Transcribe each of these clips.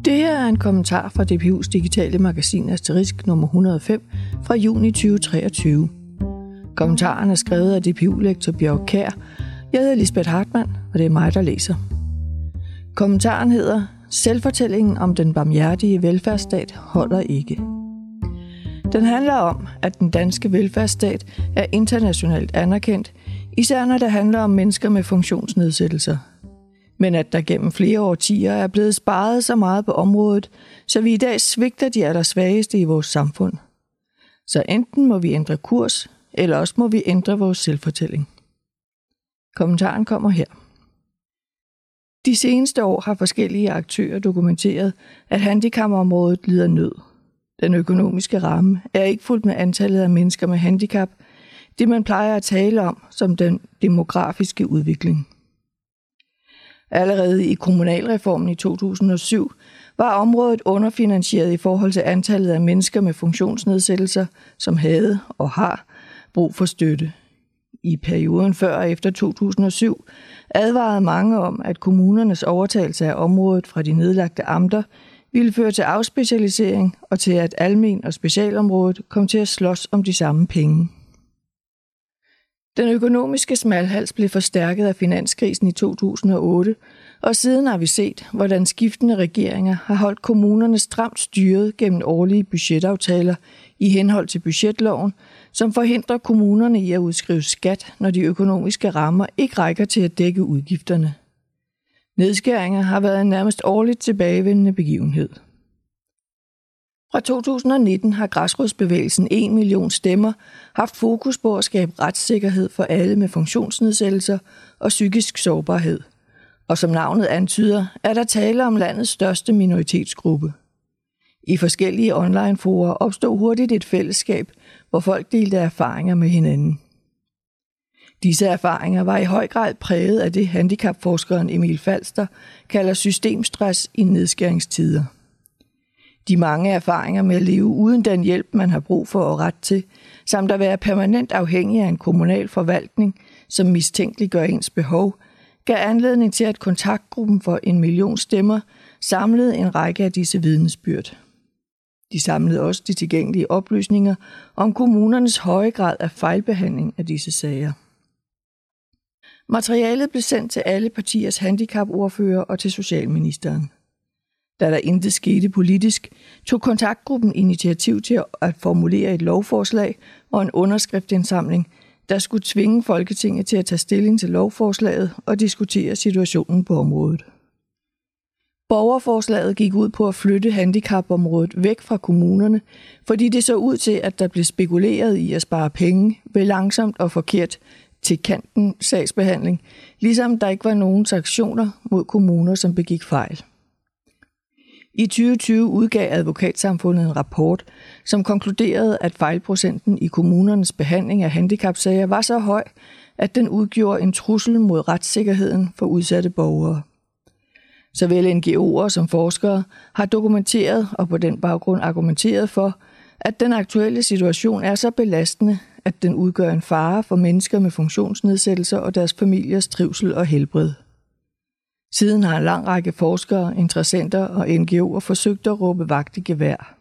Det her er en kommentar fra DPU's digitale magasin Asterisk nummer 105 fra juni 2023. Kommentaren er skrevet af DPU-lektor Bjørg Kjær. Jeg hedder Lisbeth Hartmann, og det er mig, der læser. Kommentaren hedder: Selvfortællingen om den barmhjertige velfærdsstat holder ikke. Den handler om, at den danske velfærdsstat er internationalt anerkendt, især når det handler om mennesker med funktionsnedsættelser. Men at der gennem flere årtier er blevet sparet så meget på området, så vi i dag svigter de allersvageste i vores samfund. Så enten må vi ændre kurs, eller også må vi ændre vores selvfortælling. Kommentaren kommer her. De seneste år har forskellige aktører dokumenteret, at handicapområdet lider nød. Den økonomiske ramme er ikke fuldt med antallet af mennesker med handicap, det man plejer at tale om som den demografiske udvikling. Allerede i kommunalreformen i 2007 var området underfinansieret i forhold til antallet af mennesker med funktionsnedsættelser, som havde og har brug for støtte. I perioden før og efter 2007 advarede mange om, at kommunernes overtagelse af området fra de nedlagte amter ville føre til afspecialisering og til, at almen- og specialområdet kom til at slås om de samme penge. Den økonomiske smalhals blev forstærket af finanskrisen i 2008, og siden har vi set, hvordan skiftende regeringer har holdt kommunerne stramt styret gennem årlige budgetaftaler i henhold til budgetloven, som forhindrer kommunerne i at udskrive skat, når de økonomiske rammer ikke rækker til at dække udgifterne. Nedskæringer har været en nærmest årligt tilbagevendende begivenhed. Fra 2019 har græsrodsbevægelsen 1 million stemmer haft fokus på at skabe retssikkerhed for alle med funktionsnedsættelser og psykisk sårbarhed. Og som navnet antyder, er der tale om landets største minoritetsgruppe. I forskellige online-forer opstod hurtigt et fællesskab, hvor folk delte erfaringer med hinanden. Disse erfaringer var i høj grad præget af det handicapforskeren Emil Falster kalder systemstress i nedskæringstider. De mange erfaringer med at leve uden den hjælp, man har brug for og ret til, samt at være permanent afhængig af en kommunal forvaltning, som mistænkeliggør ens behov, gav anledning til, at kontaktgruppen for 1 million stemmer samlede en række af disse vidnesbyrd. De samlede også de tilgængelige oplysninger om kommunernes høje grad af fejlbehandling af disse sager. Materialet blev sendt til alle partiers handicapordfører og til socialministeren. Da der intet skete politisk, tog kontaktgruppen initiativ til at formulere et lovforslag og en underskriftindsamling, der skulle tvinge Folketinget til at tage stilling til lovforslaget og diskutere situationen på området. Borgerforslaget gik ud på at flytte handicapområdet væk fra kommunerne, fordi det så ud til, at der blev spekuleret i at spare penge ved langsomt og forkert til kanten sagsbehandling, ligesom der ikke var nogen sanktioner mod kommuner, som begik fejl. I 2020 udgav Advokatsamfundet en rapport, som konkluderede, at fejlprocenten i kommunernes behandling af handicapsager var så høj, at den udgjorde en trussel mod retssikkerheden for udsatte borgere. Såvel NGO'er som forskere har dokumenteret og på den baggrund argumenteret for, at den aktuelle situation er så belastende, at den udgør en fare for mennesker med funktionsnedsættelser og deres familiers trivsel og helbred. Siden har en lang række forskere, interessenter og NGO'er forsøgt at råbe vagt i gevær.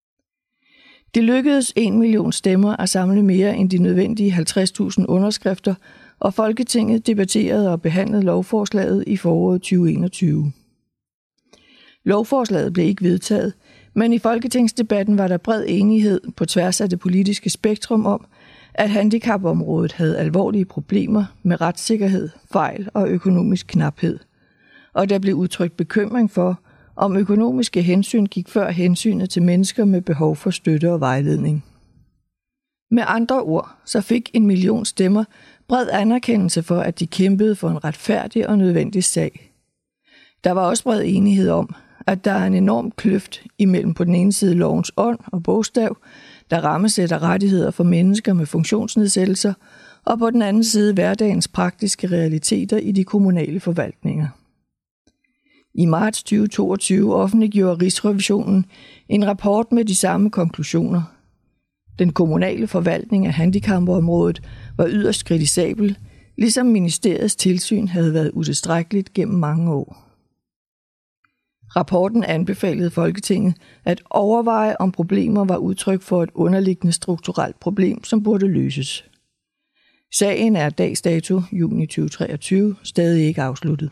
Det lykkedes 1 million stemmer at samle mere end de nødvendige 50.000 underskrifter, og Folketinget debatterede og behandlede lovforslaget i foråret 2021. Lovforslaget blev ikke vedtaget, men i folketingsdebatten var der bred enighed på tværs af det politiske spektrum om, at handicapområdet havde alvorlige problemer med retssikkerhed, fejl og økonomisk knaphed. Og der blev udtrykt bekymring for, om økonomiske hensyn gik før hensynet til mennesker med behov for støtte og vejledning. Med andre ord, så fik 1 million stemmer bred anerkendelse for, at de kæmpede for en retfærdig og nødvendig sag. Der var også bred enighed om, at der er en enorm kløft imellem på den ene side lovens ånd og bogstav, der rammesætter rettigheder for mennesker med funktionsnedsættelser, og på den anden side hverdagens praktiske realiteter i de kommunale forvaltninger. I marts 2022 offentliggjorde Rigsrevisionen en rapport med de samme konklusioner. Den kommunale forvaltning af handicapområdet var yderst kritisabel, ligesom ministeriets tilsyn havde været utilstrækkeligt gennem mange år. Rapporten anbefalede Folketinget at overveje, om problemer var udtryk for et underliggende strukturelt problem, som burde løses. Sagen er dags dato, juni 2023, stadig ikke afsluttet.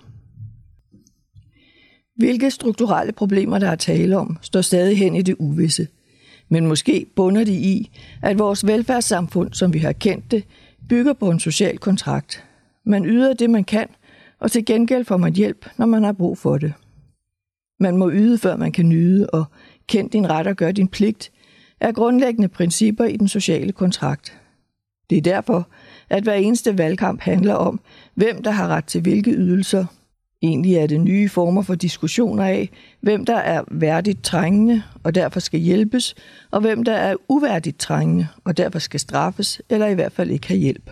Hvilke strukturelle problemer, der er tale om, står stadig hen i det uvisse. Men måske bunder de i, at vores velfærdssamfund, som vi har kendt det, bygger på en social kontrakt. Man yder det, man kan, og til gengæld får man hjælp, når man har brug for det. Man må yde, før man kan nyde, og kend din ret og gør din pligt, er grundlæggende principper i den sociale kontrakt. Det er derfor, at hver eneste valgkamp handler om, hvem der har ret til hvilke ydelser. Egentlig er det nye former for diskussioner af, hvem der er værdigt trængende og derfor skal hjælpes, og hvem der er uværdigt trængende og derfor skal straffes eller i hvert fald ikke have hjælp.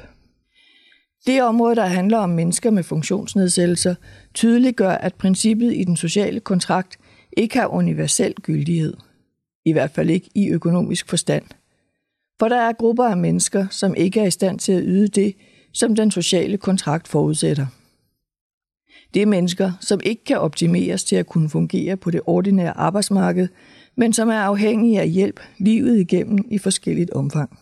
Det område, der handler om mennesker med funktionsnedsættelser, tydeliggør, at princippet i den sociale kontrakt ikke har universel gyldighed. I hvert fald ikke i økonomisk forstand. For der er grupper af mennesker, som ikke er i stand til at yde det, som den sociale kontrakt forudsætter. Det er mennesker, som ikke kan optimeres til at kunne fungere på det ordinære arbejdsmarked, men som er afhængige af hjælp livet igennem i forskelligt omfang.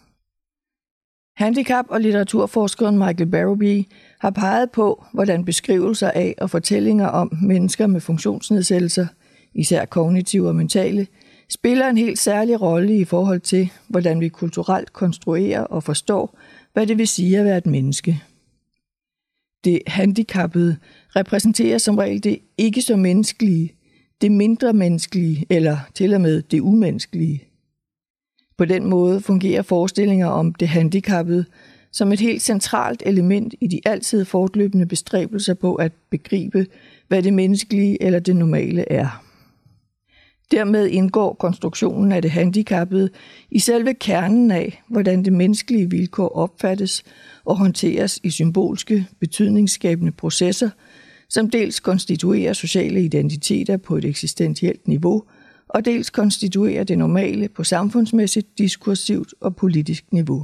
Handicap- og litteraturforskeren Michael Barrowby har peget på, hvordan beskrivelser af og fortællinger om mennesker med funktionsnedsættelser, især kognitive og mentale, spiller en helt særlig rolle i forhold til, hvordan vi kulturelt konstruerer og forstår, hvad det vil sige at være et menneske. Det handicappede repræsenterer som regel det ikke så menneskelige, det mindre menneskelige eller til og med det umenneskelige. På den måde fungerer forestillinger om det handicappede som et helt centralt element i de altid fortløbende bestræbelser på at begribe, hvad det menneskelige eller det normale er. Dermed indgår konstruktionen af det handicappede i selve kernen af, hvordan det menneskelige vilkår opfattes og håndteres i symbolske, betydningsskabende processer, som dels konstituerer sociale identiteter på et eksistentielt niveau, og dels konstituerer det normale på samfundsmæssigt, diskursivt og politisk niveau.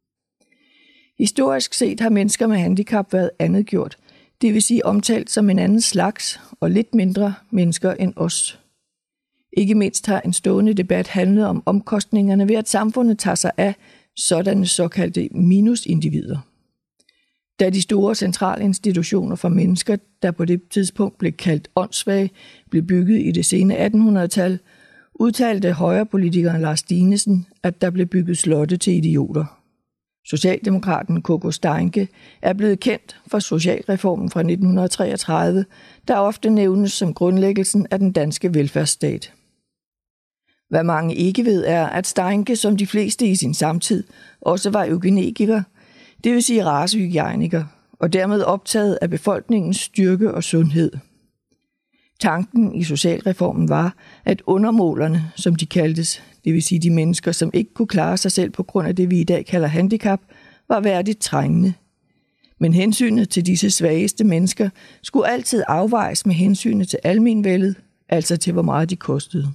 Historisk set har mennesker med handicap været andetgjort, det vil sige omtalt som en anden slags og lidt mindre mennesker end os. Ikke mindst har en stående debat handlet om omkostningerne ved, at samfundet tager sig af sådanne såkaldte minusindivider. Da de store centralinstitutioner for mennesker, der på det tidspunkt blev kaldt åndssvage, blev bygget i det sene 1800-tal, udtalte højrepolitikeren Lars Dinesen, at der blev bygget slotte til idioter. Socialdemokraten K.K. Steincke er blevet kendt for socialreformen fra 1933, der ofte nævnes som grundlæggelsen af den danske velfærdsstat. Hvad mange ikke ved er, at Steincke, som de fleste i sin samtid, også var eugenetiker, det vil sige racehygiejniker, og dermed optaget af befolkningens styrke og sundhed. Tanken i socialreformen var, at undermålerne, som de kaldtes, det vil sige de mennesker, som ikke kunne klare sig selv på grund af det, vi i dag kalder handicap, var værdigt trængende. Men hensynet til disse svageste mennesker skulle altid afvejes med hensynet til almenvældet, altså til hvor meget de kostede.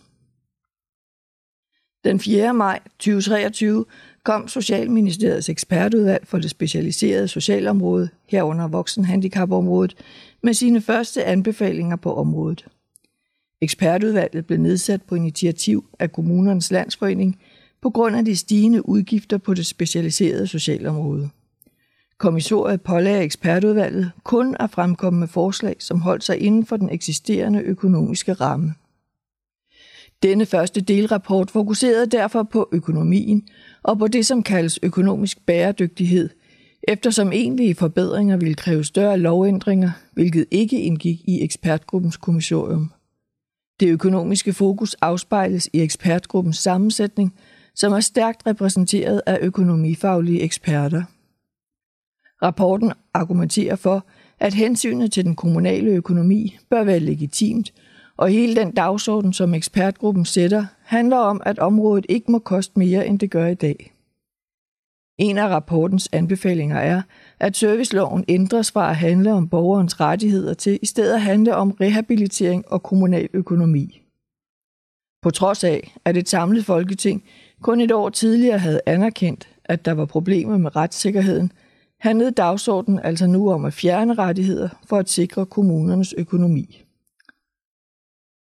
Den 4. maj 2023 kom Socialministeriets ekspertudvalg for det specialiserede socialområde, herunder voksenhandicapområdet, med sine første anbefalinger på området. Ekspertudvalget blev nedsat på initiativ af Kommunernes Landsforening på grund af de stigende udgifter på det specialiserede socialområde. Kommissoriet pålagde ekspertudvalget kun at fremkomme med forslag, som holdt sig inden for den eksisterende økonomiske ramme. Denne første delrapport fokuserede derfor på økonomien og på det, som kaldes økonomisk bæredygtighed, eftersom egentlige forbedringer ville kræve større lovændringer, hvilket ikke indgik i ekspertgruppens kommissorium. Det økonomiske fokus afspejles i ekspertgruppens sammensætning, som er stærkt repræsenteret af økonomifaglige eksperter. Rapporten argumenterer for, at hensynet til den kommunale økonomi bør være legitimt, og hele den dagsorden, som ekspertgruppen sætter, handler om, at området ikke må koste mere, end det gør i dag. En af rapportens anbefalinger er, at serviceloven ændres fra at handle om borgerens rettigheder til i stedet at handle om rehabilitering og kommunal økonomi. På trods af, at et samlet Folketing kun et år tidligere havde anerkendt, at der var problemer med retssikkerheden, handlede dagsordenen altså nu om at fjerne rettigheder for at sikre kommunernes økonomi.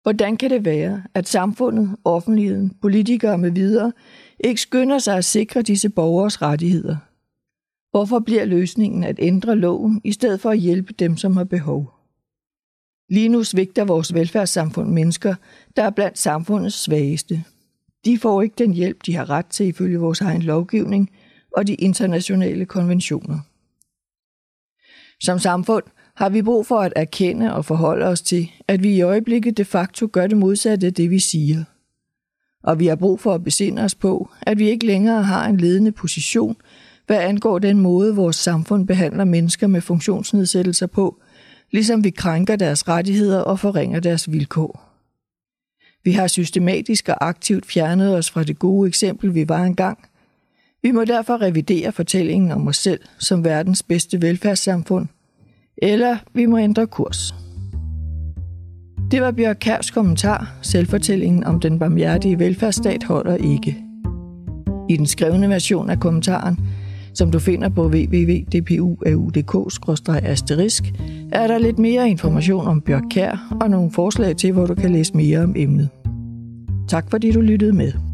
Hvordan kan det være, at samfundet, offentligheden, politikere med videre ikke skynder sig at sikre disse borgers rettigheder? Hvorfor bliver løsningen at ændre loven i stedet for at hjælpe dem, som har behov? Lige nu svigter vores velfærdssamfund mennesker, der er blandt samfundets svageste. De får ikke den hjælp, de har ret til ifølge vores egen lovgivning og de internationale konventioner. Som samfund har vi brug for at erkende og forholde os til, at vi i øjeblikket de facto gør det modsatte af det, vi siger. Og vi har brug for at besinde os på, at vi ikke længere har en ledende position, hvad angår den måde, vores samfund behandler mennesker med funktionsnedsættelser på, ligesom vi krænker deres rettigheder og forringer deres vilkår. Vi har systematisk og aktivt fjernet os fra det gode eksempel, vi var engang. Vi må derfor revidere fortællingen om os selv som verdens bedste velfærdssamfund, eller vi må ændre kurs. Det var Bjørk Kjærs kommentar. Selvfortællingen om den barmhjertige velfærdsstat holder ikke. I den skrevne version af kommentaren, som du finder på www.dpu.dk/asterisk, er der lidt mere information om Bjørk Kjær og nogle forslag til, hvor du kan læse mere om emnet. Tak fordi du lyttede med.